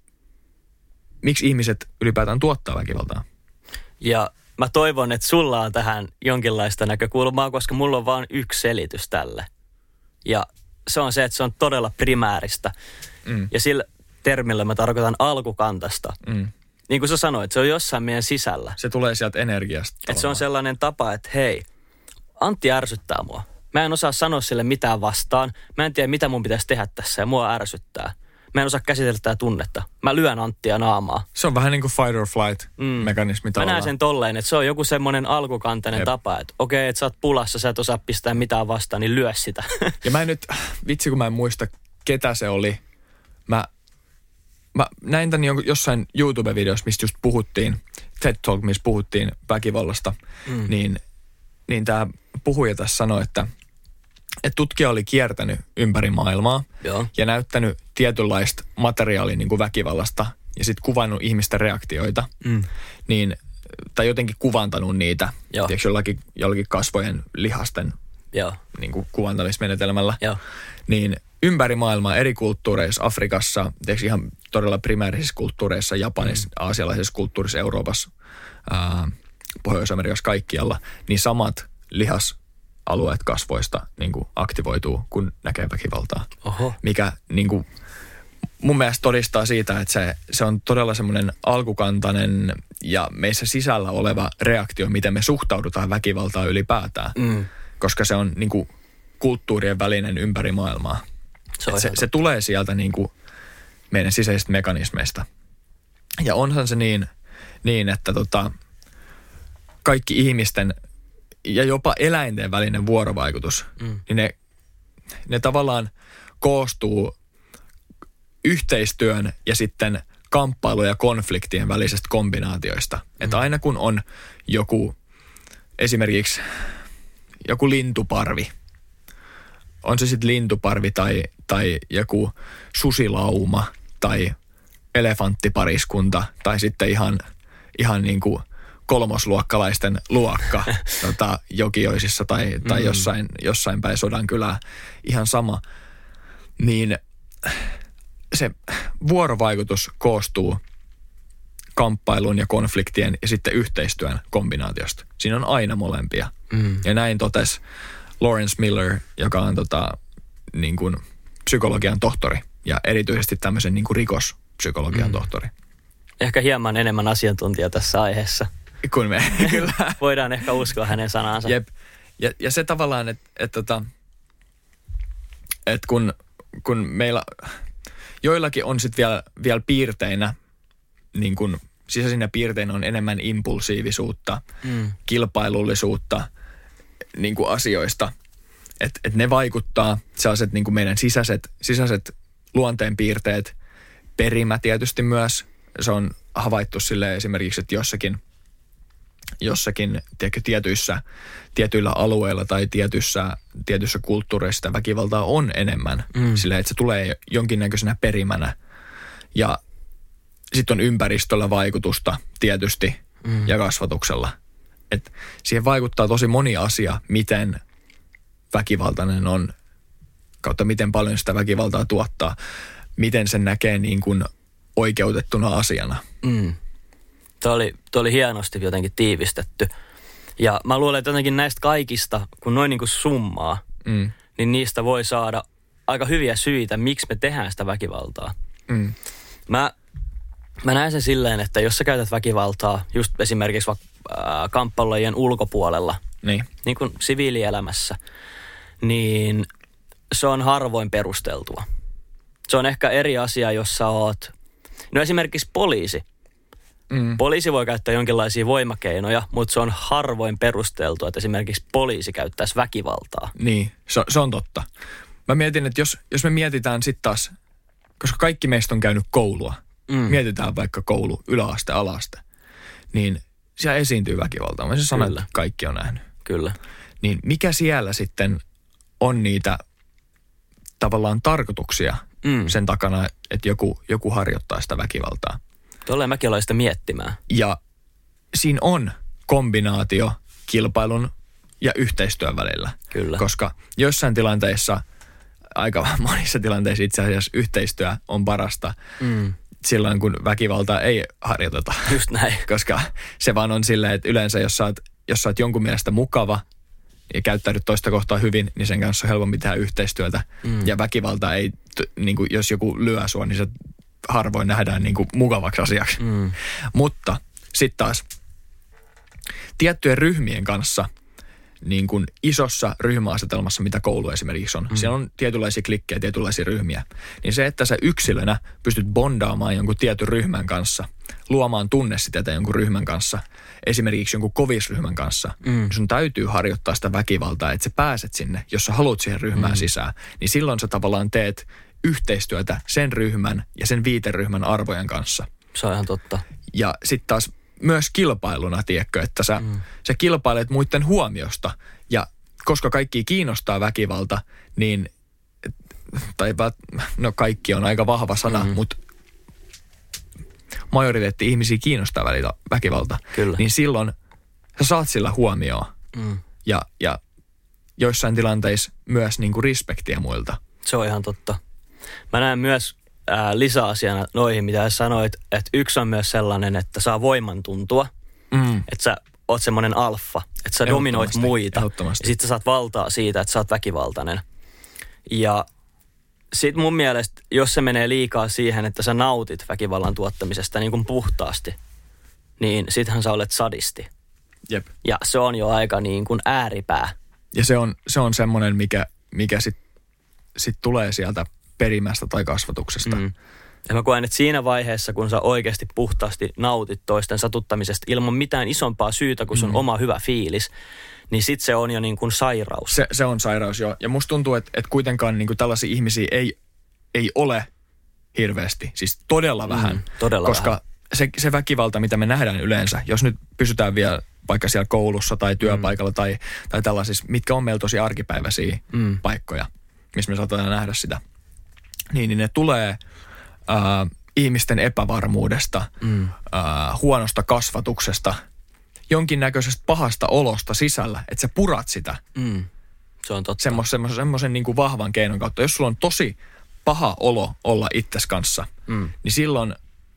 C: ihmiset ylipäätään tuottaa väkivaltaa?
B: Ja mä toivon, että sulla on tähän jonkinlaista näkökulmaa, koska mulla on vain yksi selitys tälle. Ja se on se, että se on todella primääristä. Ja sillä termillä mä tarkoitan alkukantasta. Niin kuin sä sanoit, se on jossain meidän sisällä.
C: Se tulee sieltä energiasta.
B: Että se on sellainen tapa, että hei, Antti ärsyttää mua. Mä en osaa sanoa sille mitään vastaan. Mä en tiedä, mitä mun pitäisi tehdä tässä ja mua ärsyttää. Mä en osaa käsitellä tätä tunnetta. Mä lyön Anttia naamaa.
C: Se on vähän niin kuin fight or flight mekanismi tavallaan.
B: Mä näen sen tolleen, että se on joku semmoinen alkukantainen tapa, että okei, että sä oot pulassa, sä et osaa pistää mitään vastaan, niin lyö sitä. Ja
C: mä en nyt, vitsi kun mä en muista, ketä se oli. Mä näin tän jossain YouTube-videossa, mistä just puhuttiin, TED Talk, missä puhuttiin väkivallasta, niin tää puhuja tässä sanoi, että tutkija oli kiertänyt ympäri maailmaa ja näyttänyt tietynlaista materiaalia niin kuin väkivallasta ja sitten kuvannut ihmisten reaktioita, tai jotenkin kuvantanut niitä, tiedätkö, jollakin kasvojen lihasten niin kuin kuvantamismenetelmällä, niin ympäri maailmaa eri kulttuureissa, Afrikassa, tiedätkö, ihan todella primäärisissä kulttuureissa, Japanissa, aasialaisissa kulttuurissa, Euroopassa, Pohjois-Amerikassa, kaikkialla, niin samat lihasalueet kasvoista niin kuin aktivoituu, kun näkee väkivaltaa.
B: Oho.
C: Mikä niin kuin, mun mielestä todistaa siitä, että se on todella semmoinen alkukantainen ja meissä sisällä oleva reaktio, miten me suhtaudutaan väkivaltaan ylipäätään. Koska se on niin kuin kulttuurien välinen ympäri maailmaa. Se tulee sieltä niin kuin meidän sisäisistä mekanismeista. Ja onhan se niin että kaikki ihmisten ja jopa eläinten välinen vuorovaikutus, niin ne tavallaan koostuu yhteistyön ja sitten kamppailu- ja konfliktien välisestä kombinaatioista. Että aina kun on esimerkiksi joku lintuparvi, on se sitten lintuparvi tai joku susilauma tai elefanttipariskunta tai sitten ihan niin kuin kolmosluokkalaisten luokka Jokioisissa tai jossain päin Sodankylää, ihan sama, niin se vuorovaikutus koostuu kamppailun ja konfliktien ja sitten yhteistyön kombinaatiosta. Siinä on aina molempia. Ja näin totesi Lawrence Miller, joka on niin kuin psykologian tohtori ja erityisesti tämmöisen niin kuin rikospsykologian tohtori.
B: Ehkä hieman enemmän asiantuntija tässä aiheessa.
C: Kun me kyllä.
B: Voidaan ehkä uskoa hänen sanansa.
C: Jep. Ja se tavallaan, että kun meillä joillakin on sitten vielä piirteinä, niin kuin sisäisinä piirteinä on enemmän impulsiivisuutta, kilpailullisuutta niin kuin asioista. Että ne vaikuttaa, sellaiset niin kuin meidän sisäiset luonteenpiirteet, perimä tietysti myös. Se on havaittu silleen esimerkiksi, että jossakin tiedätkö, tietyillä alueilla tai tietyissä kulttuureissa sitä väkivaltaa on enemmän. Silleen, että se tulee jonkinnäköisenä perimänä. Ja sitten on ympäristöllä vaikutusta tietysti ja kasvatuksella. Et siihen vaikuttaa tosi moni asia, miten väkivaltainen on, kautta miten paljon sitä väkivaltaa tuottaa, miten sen näkee niin kuin oikeutettuna asiana.
B: Tuo oli hienosti jotenkin tiivistetty. Ja mä luulen, että jotenkin näistä kaikista, kun noin niin kuin summaa, niin niistä voi saada aika hyviä syitä, miksi me tehdään sitä väkivaltaa. Mä näen sen silleen, että jos sä käytät väkivaltaa just esimerkiksi kamppailulajien ulkopuolella, niin kuin siviilielämässä, niin se on harvoin perusteltua. Se on ehkä eri asia, jos sä oot, no esimerkiksi poliisi. Poliisi voi käyttää jonkinlaisia voimakeinoja, mutta se on harvoin perusteltua, että esimerkiksi poliisi käyttäisi väkivaltaa. Niin,
C: se on totta. Mä mietin, että jos me mietitään sitten taas, koska kaikki meistä on käynyt koulua, mietitään vaikka koulu, yläaste, alaste, niin siellä esiintyy väkivaltaa. Mä sanon, että kaikki on nähnyt.
B: Kyllä.
C: Niin mikä siellä sitten on niitä tavallaan tarkoituksia sen takana, että joku harjoittaa sitä väkivaltaa?
B: Tolleen mäkin aloin sitä miettimään.
C: Ja siinä on kombinaatio kilpailun ja yhteistyön välillä.
B: Kyllä.
C: Koska joissain tilanteissa, aika monissa tilanteissa itse asiassa yhteistyö on parasta silloin, kun väkivaltaa ei harjoiteta.
B: Just näin.
C: Koska se vaan on silleen, että yleensä jos sä oot jonkun mielestä mukava ja käyttäydyt toista kohtaa hyvin, niin sen kanssa on helpompi tehdä yhteistyötä. Ja väkivalta ei, niin kuin jos joku lyö sua, niin se harvoin nähdään niin kuin mukavaksi asiaksi. Mutta sitten taas tiettyjen ryhmien kanssa niin kuin isossa ryhmäasetelmassa, mitä koulu esimerkiksi on. Siellä on tietynlaisia klikkejä, tietynlaisia ryhmiä. Niin se, että sä yksilönä pystyt bondaamaan jonkun tietyn ryhmän kanssa, luomaan tunnesiteitä jonkun ryhmän kanssa, esimerkiksi jonkun kovisryhmän kanssa, niin sun täytyy harjoittaa sitä väkivaltaa, että sä pääset sinne, jos sä haluat siihen ryhmään sisään. Niin silloin sä tavallaan teet yhteistyötä sen ryhmän ja sen viiteryhmän arvojen kanssa.
B: Se on ihan totta.
C: Ja sitten taas myös kilpailuna, tiedätkö, että sä kilpailet muiden huomiosta. Ja koska kaikki kiinnostaa väkivalta, niin, no kaikki on aika vahva sana, mutta majoriteetti ihmisiä kiinnostaa väkivalta.
B: Kyllä.
C: Niin silloin sä saat sillä huomioon. Ja joissain tilanteissa myös niinku respektiä muilta.
B: Se on ihan totta. Mä näen myös lisäasiana noihin, mitä sanoit, että yksi on myös sellainen, että saa voiman tuntua, että sä oot semmoinen alfa, että sä dominoit muita ja sit sä saat valtaa siitä, että sä oot väkivaltainen. Ja sit mun mielestä, jos se menee liikaa siihen, että sä nautit väkivallan tuottamisesta niin kuin puhtaasti, niin sittenhän sä olet sadisti.
C: Jep.
B: Ja se on jo aika niin kuin ääripää.
C: Ja se on semmoinen, mikä sit tulee sieltä perimästä tai kasvatuksesta.
B: Ja mä koen, että siinä vaiheessa, kun sä oikeasti puhtaasti nautit toisten satuttamisesta ilman mitään isompaa syytä kuin sun oma hyvä fiilis, niin sit se on jo niin kuin sairaus.
C: Se on sairaus, joo. Ja musta tuntuu, että kuitenkaan niin kuin tällaisia ihmisiä ei ole hirveästi. Siis todella vähän. Koska se väkivalta, mitä me nähdään yleensä, jos nyt pysytään vielä vaikka siellä koulussa tai työpaikalla tai tällaisissa, mitkä on meillä tosi arkipäiväisiä paikkoja, missä me saatetaan nähdä sitä, niin ne tulee ihmisten epävarmuudesta, huonosta kasvatuksesta, jonkinnäköisestä pahasta olosta sisällä, että sä purat sitä.
B: Se on totta.
C: Semmoisen niin kuin vahvan keinon kautta. Jos sulla on tosi paha olo olla itses kanssa, niin silloin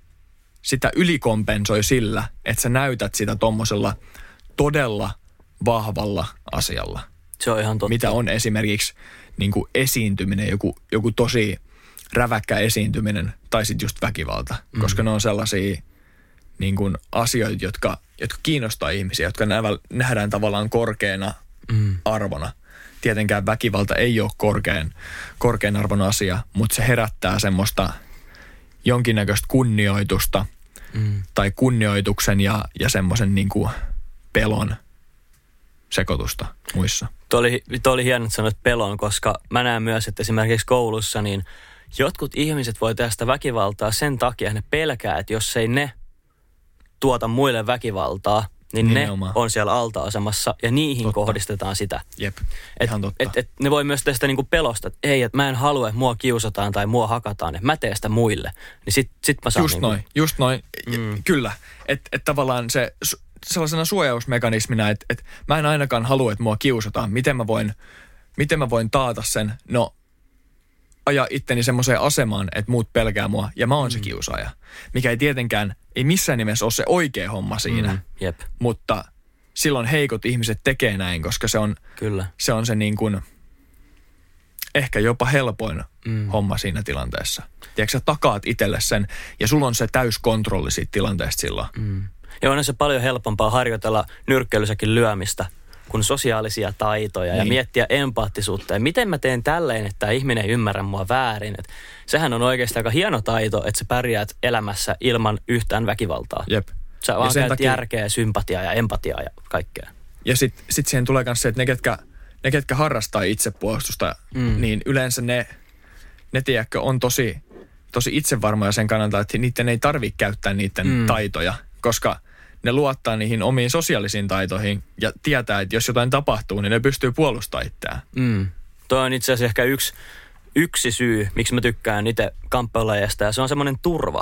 C: sitä ylikompensoi sillä, että sä näytät sitä tommosella todella vahvalla asialla.
B: Se on ihan totta.
C: Mitä on esimerkiksi niin kuin esiintyminen, joku tosi räväkkä esiintyminen tai sitten just väkivalta. Koska ne on sellaisia niin kuin asioita, jotka kiinnostaa ihmisiä, jotka nähdään tavallaan korkeana arvona. Tietenkään väkivalta ei ole korkean arvon asia, mutta se herättää semmoista jonkinnäköistä kunnioitusta tai kunnioituksen ja semmoisen niin kuin pelon sekoitusta muissa.
B: Tuo oli hieno, että sanoit pelon, koska mä näen myös, että esimerkiksi koulussa niin jotkut ihmiset voi tehdä sitä väkivaltaa sen takia, että ne pelkää, että jos ei ne tuota muille väkivaltaa, niin nimenomaan. Ne on siellä alta-asemassa ja niihin kohdistetaan sitä.
C: Jep, ihan totta.
B: Et ne voi myös tehdä sitä niinku pelosta, että ei, että mä en halua, että mua kiusataan tai mua hakataan, että mä teen sitä muille. Niin sit mä saan
C: Just noin. Kyllä. Että tavallaan se sellaisena suojausmekanismina, että mä en ainakaan halua, että mua kiusataan. Miten mä voin taata sen? No, ajaa itteni semmoiseen asemaan, että muut pelkää mua ja mä oon se kiusaaja. Mikä ei tietenkään, ei missään nimessä ole se oikea homma siinä.
B: Jep.
C: Mutta silloin heikot ihmiset tekee näin, koska se on se niin kuin ehkä jopa helpoin homma siinä tilanteessa. Tiedätkö, sä takaat itselle sen ja sulla on se täyskontrolli siitä tilanteesta silloin.
B: Ja on se paljon helpompaa harjoitella nyrkkeilyssäkin lyömistä kuin sosiaalisia taitoja ja miettiä empaattisuutta. Ja miten mä teen tälleen, että tämä ihminen ei ymmärrä mua väärin. Et sehän on oikeasti aika hieno taito, että sä pärjäät elämässä ilman yhtään väkivaltaa.
C: Jep.
B: Sä vaan käyt järkeä, sympatiaa ja empatiaa ja kaikkea.
C: Ja sit siihen tulee myös se, että ne ketkä harrastaa itsepuolustusta, niin yleensä ne tiedätkö, on tosi itsevarmoja sen kannalta, että niiden ei tarvitse käyttää niiden taitoja, koska ne luottaa niihin omiin sosiaalisiin taitoihin ja tietää, että jos jotain tapahtuu, niin ne pystyy puolustamaan itseään.
B: Toi on itse asiassa ehkä yksi syy, miksi mä tykkään itse kamppailulajeista, ja se on semmoinen turva.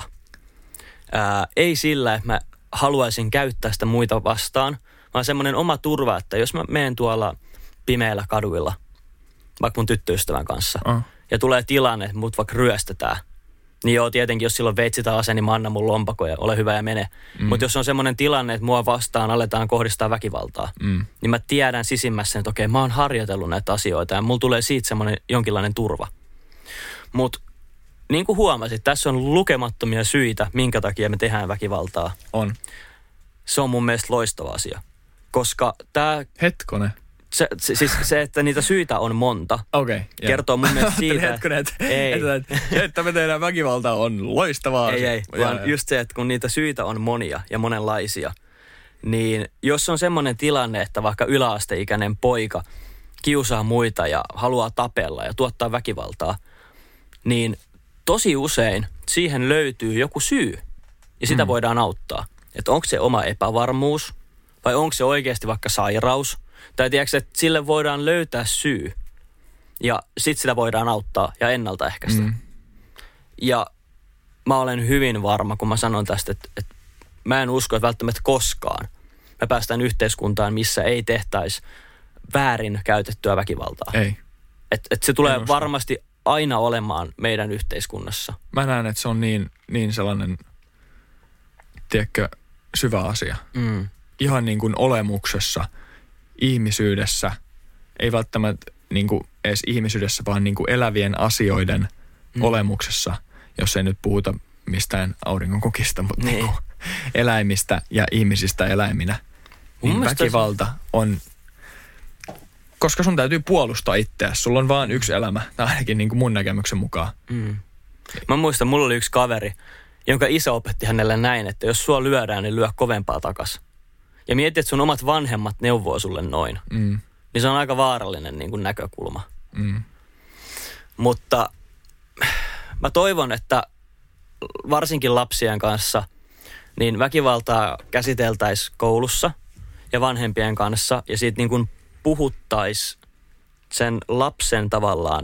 B: Ei sillä, että mä haluaisin käyttää sitä muita vastaan, vaan semmoinen oma turva, että jos mä menen tuolla pimeillä kaduilla, vaikka mun tyttöystävän kanssa, ja tulee tilanne, että mut vaikka ryöstetään, niin joo, tietenkin, jos silloin veitsi tai ase, niin mä annan mun lompakon ja ole hyvä ja mene. Mutta jos on semmoinen tilanne, että mua vastaan aletaan kohdistaa väkivaltaa, niin mä tiedän sisimmässä, että okei, mä oon harjoitellut näitä asioita ja mulla tulee siitä semmoinen jonkinlainen turva. Mutta niin kuin huomasit, tässä on lukemattomia syitä, minkä takia me tehdään väkivaltaa.
C: On.
B: Se on mun mielestä loistava asia, koska tää...
C: Hetkonen.
B: Se, että niitä syitä on monta, kertoo mun mielestä siitä,
C: että me tehdään väkivaltaa on loistavaa.
B: Ei, vaan just se, että kun niitä syitä on monia ja monenlaisia, niin jos on semmoinen tilanne, että vaikka yläasteikäinen poika kiusaa muita ja haluaa tapella ja tuottaa väkivaltaa, niin tosi usein siihen löytyy joku syy ja sitä voidaan auttaa. Että onko se oma epävarmuus vai onko se oikeasti vaikka sairaus? Tai tiedätkö, että sille voidaan löytää syy ja sitten sitä voidaan auttaa ja ennaltaehkäistä. Ja mä olen hyvin varma, kun mä sanon tästä, että mä en usko, että välttämättä koskaan me päästään yhteiskuntaan, missä ei tehtäisi väärin käytettyä väkivaltaa.
C: Ei.
B: Et se tulee varmasti aina olemaan meidän yhteiskunnassa.
C: Mä näen, että se on niin sellainen, tiedätkö, syvä asia. Ihan niin kuin olemuksessa, ihmisyydessä, ei välttämättä niin kuin edes ihmisyydessä, vaan niin kuin elävien asioiden olemuksessa, jos ei nyt puhuta mistään auringonkukista, mutta niin kuin eläimistä ja ihmisistä eläiminä. Niin väkivalta on, koska sun täytyy puolustaa itseäsi. Sulla on vaan yksi elämä, ainakin niin kuin mun näkemyksen mukaan.
B: Mä muistan, mulla oli yksi kaveri, jonka isä opetti hänelle näin, että jos sua lyödään, niin lyö kovempaa takas. Ja mieti, että sun omat vanhemmat neuvoo sulle noin. Niin se on aika vaarallinen niin kuin näkökulma. Mutta mä toivon, että varsinkin lapsien kanssa, niin väkivaltaa käsiteltäisiin koulussa ja vanhempien kanssa. Ja siitä niin kuin puhuttaisiin sen lapsen tavallaan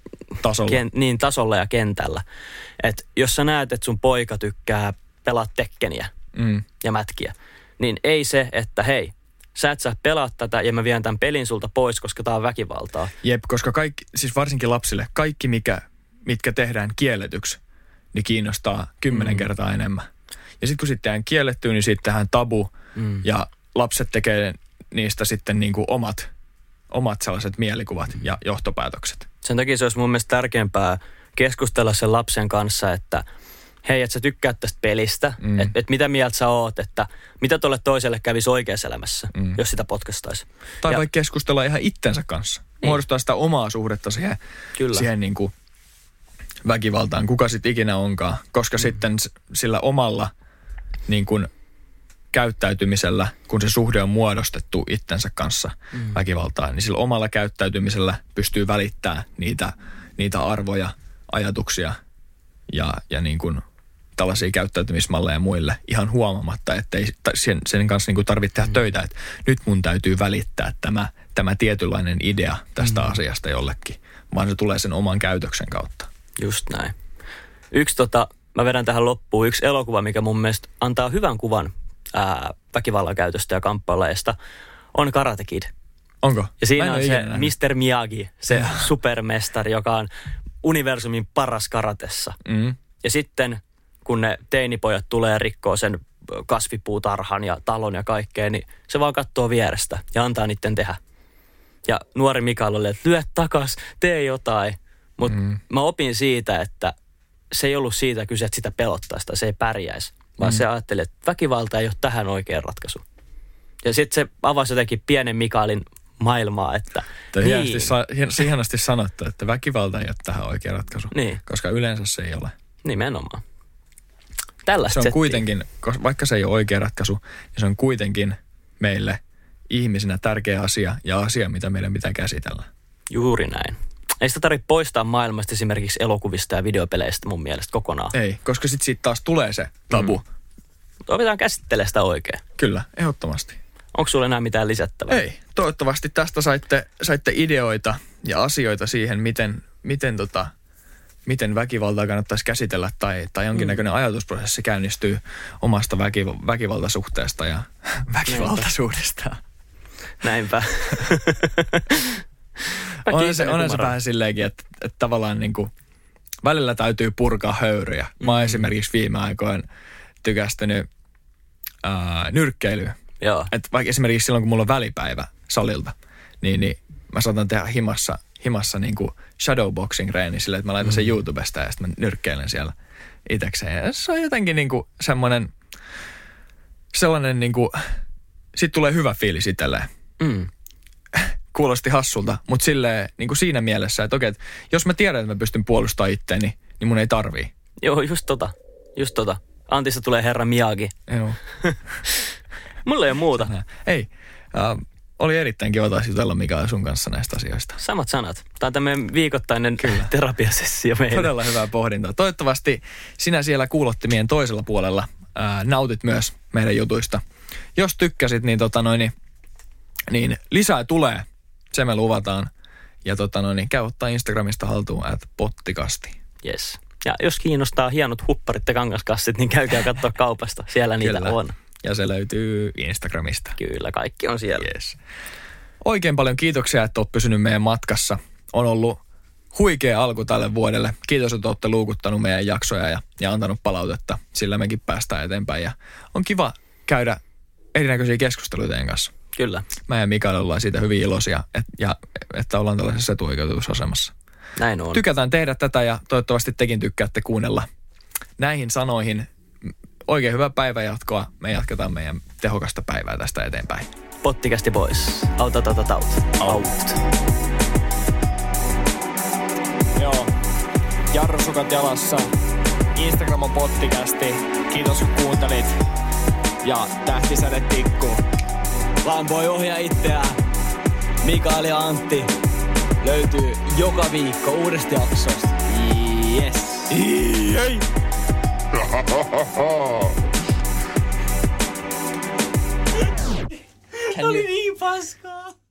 B: tasolla ja kentällä. Että jos sä näet, että sun poika tykkää pelaa tekkeniä ja mätkiä, niin ei se, että hei, sä et saa pelaa tätä ja mä vien tämän pelin sulta pois, koska tää on väkivaltaa.
C: Jep, koska kaikki, siis varsinkin lapsille, kaikki mitkä tehdään kielletyksi, niin kiinnostaa 10 kertaa enemmän. Ja sitten kun sitten tehdään kiellettyä, niin sitten tehdään tabu ja lapset tekee niistä sitten niin kuin omat sellaiset mielikuvat ja johtopäätökset.
B: Sen takia se olisi mun mielestä tärkeämpää keskustella sen lapsen kanssa, että hei, että sä tykkäät tästä pelistä, että mitä mieltä sä oot, että mitä tolle toiselle kävisi oikeassa elämässä, jos sitä potkastaisi.
C: Tai vaikka keskustella ihan itsensä kanssa. Muodostaa sitä omaa suhdetta siihen niin kuin väkivaltaan, kuka sitten ikinä onkaan. Koska sitten sillä omalla niin kuin käyttäytymisellä, kun se suhde on muodostettu itsensä kanssa väkivaltaan, niin sillä omalla käyttäytymisellä pystyy välittämään niitä arvoja, ajatuksia ja niin kuin tällaisia käyttäytymismalleja muille ihan huomaamatta, että ei sen kanssa niin kuin tarvitse tehdä töitä, että nyt mun täytyy välittää tämä tietynlainen idea tästä asiasta jollekin, vaan se tulee sen oman käytöksen kautta.
B: Just näin. Mä vedän tähän loppuun, yksi elokuva, mikä mun mielestä antaa hyvän kuvan väkivallan käytöstä ja kamppailulajeista, on Karate Kid.
C: Onko?
B: Ja siinä on se Mr. Miyagi, se supermestari, joka on universumin paras karatessa. Ja sitten, kun ne teinipojat tulee ja rikkoo sen kasvipuutarhan ja talon ja kaikkea, niin se vaan katsoo vierestä ja antaa niiden tehdä. Ja nuori Mikael oli, että lyö takas, tee jotain. Mutta mä opin siitä, että se ei ollut siitä kyse, että sitä pelottaisi tai se ei pärjäisi. Vaan se ajatteli, että väkivalta ei ole tähän oikea ratkaisu. Ja sitten se avasi jotenkin pienen Mikaelin maailmaa, että
C: hienosti sanottu, että väkivalta ei ole tähän oikea ratkaisu.
B: Niin.
C: Koska yleensä se ei ole.
B: Nimenomaan. Tällaista
C: se on kuitenkin, vaikka se ei ole oikea ratkaisu, niin se on kuitenkin meille ihmisinä tärkeä asia ja asia, mitä meidän pitää käsitellä.
B: Juuri näin. Ei sitä tarvitse poistaa maailmasta esimerkiksi elokuvista ja videopeleistä mun mielestä kokonaan.
C: Ei, koska sitten siitä taas tulee se tabu.
B: Mutta opitaan käsittelemään sitä oikein.
C: Kyllä, ehdottomasti.
B: Onko sulla enää mitään lisättävää?
C: Ei. Toivottavasti tästä saitte ideoita ja asioita siihen, miten väkivaltaa kannattaisi käsitellä tai jonkinnäköinen ajatusprosessi käynnistyy omasta väkivaltasuhteesta ja väkivaltasuudesta.
B: Näinpä.
C: On se vähän silleenkin, että tavallaan niin kuin välillä täytyy purkaa höyryjä. Mä oon esimerkiksi viime aikoina tykästynyt nyrkkeilyä.
B: Joo.
C: Että vaikka esimerkiksi silloin, kun mulla on välipäivä salilta, niin mä saatan tehdä himassa niin kuin shadowboxing-reeni silleen, että mä laitan sen YouTubesta ja sitten mä nyrkkeilen siellä itsekseen. Ja se on jotenkin niin kuin sellainen niin kuin, sit tulee hyvä fiilis itselleen. Kuulosti hassulta, mutta silleen niin kuin siinä mielessä, että okei, että jos mä tiedän, että mä pystyn puolustamaan itteeni, niin mun ei tarvii.
B: Joo, just tota. Antista tulee herra Miyagi.
C: Joo.
B: Mulla ei ole muuta.
C: Ei. Oli erittäin kiva taas jutella Mikael sun kanssa näistä asioista.
B: Samat sanat. Tämä on tämmöinen viikoittainen terapiasessio meille.
C: Todella hyvää pohdintaa. Toivottavasti sinä siellä kuulottimien toisella puolella nautit myös meidän jutuista. Jos tykkäsit, niin lisää tulee. Se me luvataan. Ja käy ottaa Instagramista haltuun @pottikasti.
B: Yes. Ja jos kiinnostaa hienot hupparit ja kangaskassit, niin käykää katsoa kaupasta. Siellä niitä on.
C: Ja se löytyy Instagramista.
B: Kyllä, kaikki on siellä.
C: Yes. Oikein paljon kiitoksia, että olet pysynyt meidän matkassa. On ollut huikea alku tälle vuodelle. Kiitos, että olette luukuttanut meidän jaksoja ja antanut palautetta. Sillä mekin päästään eteenpäin. Ja on kiva käydä erinäköisiä keskusteluja teidän kanssa.
B: Kyllä.
C: Mä ja Mikael ollaan siitä hyvin iloisia, että ollaan tällaisessa etuoikeutetussa asemassa.
B: Näin on.
C: Tykätään tehdä tätä ja toivottavasti tekin tykkäätte kuunnella näihin sanoihin. Oikein hyvää päivänjatkoa. Me jatketaan meidän tehokasta päivää tästä eteenpäin.
B: Pottikästi pois. Out.
C: Joo. Jarrusukat jalassa. Instagram on pottikästi. Kiitos kun kuuntelit. Ja tähtisäde tikkuu.
B: Vaan voi ohjaa itseään. Mikael ja Antti löytyy joka viikko uudesta jaksosta. Yes.
C: Hei.
B: Oli niin paska.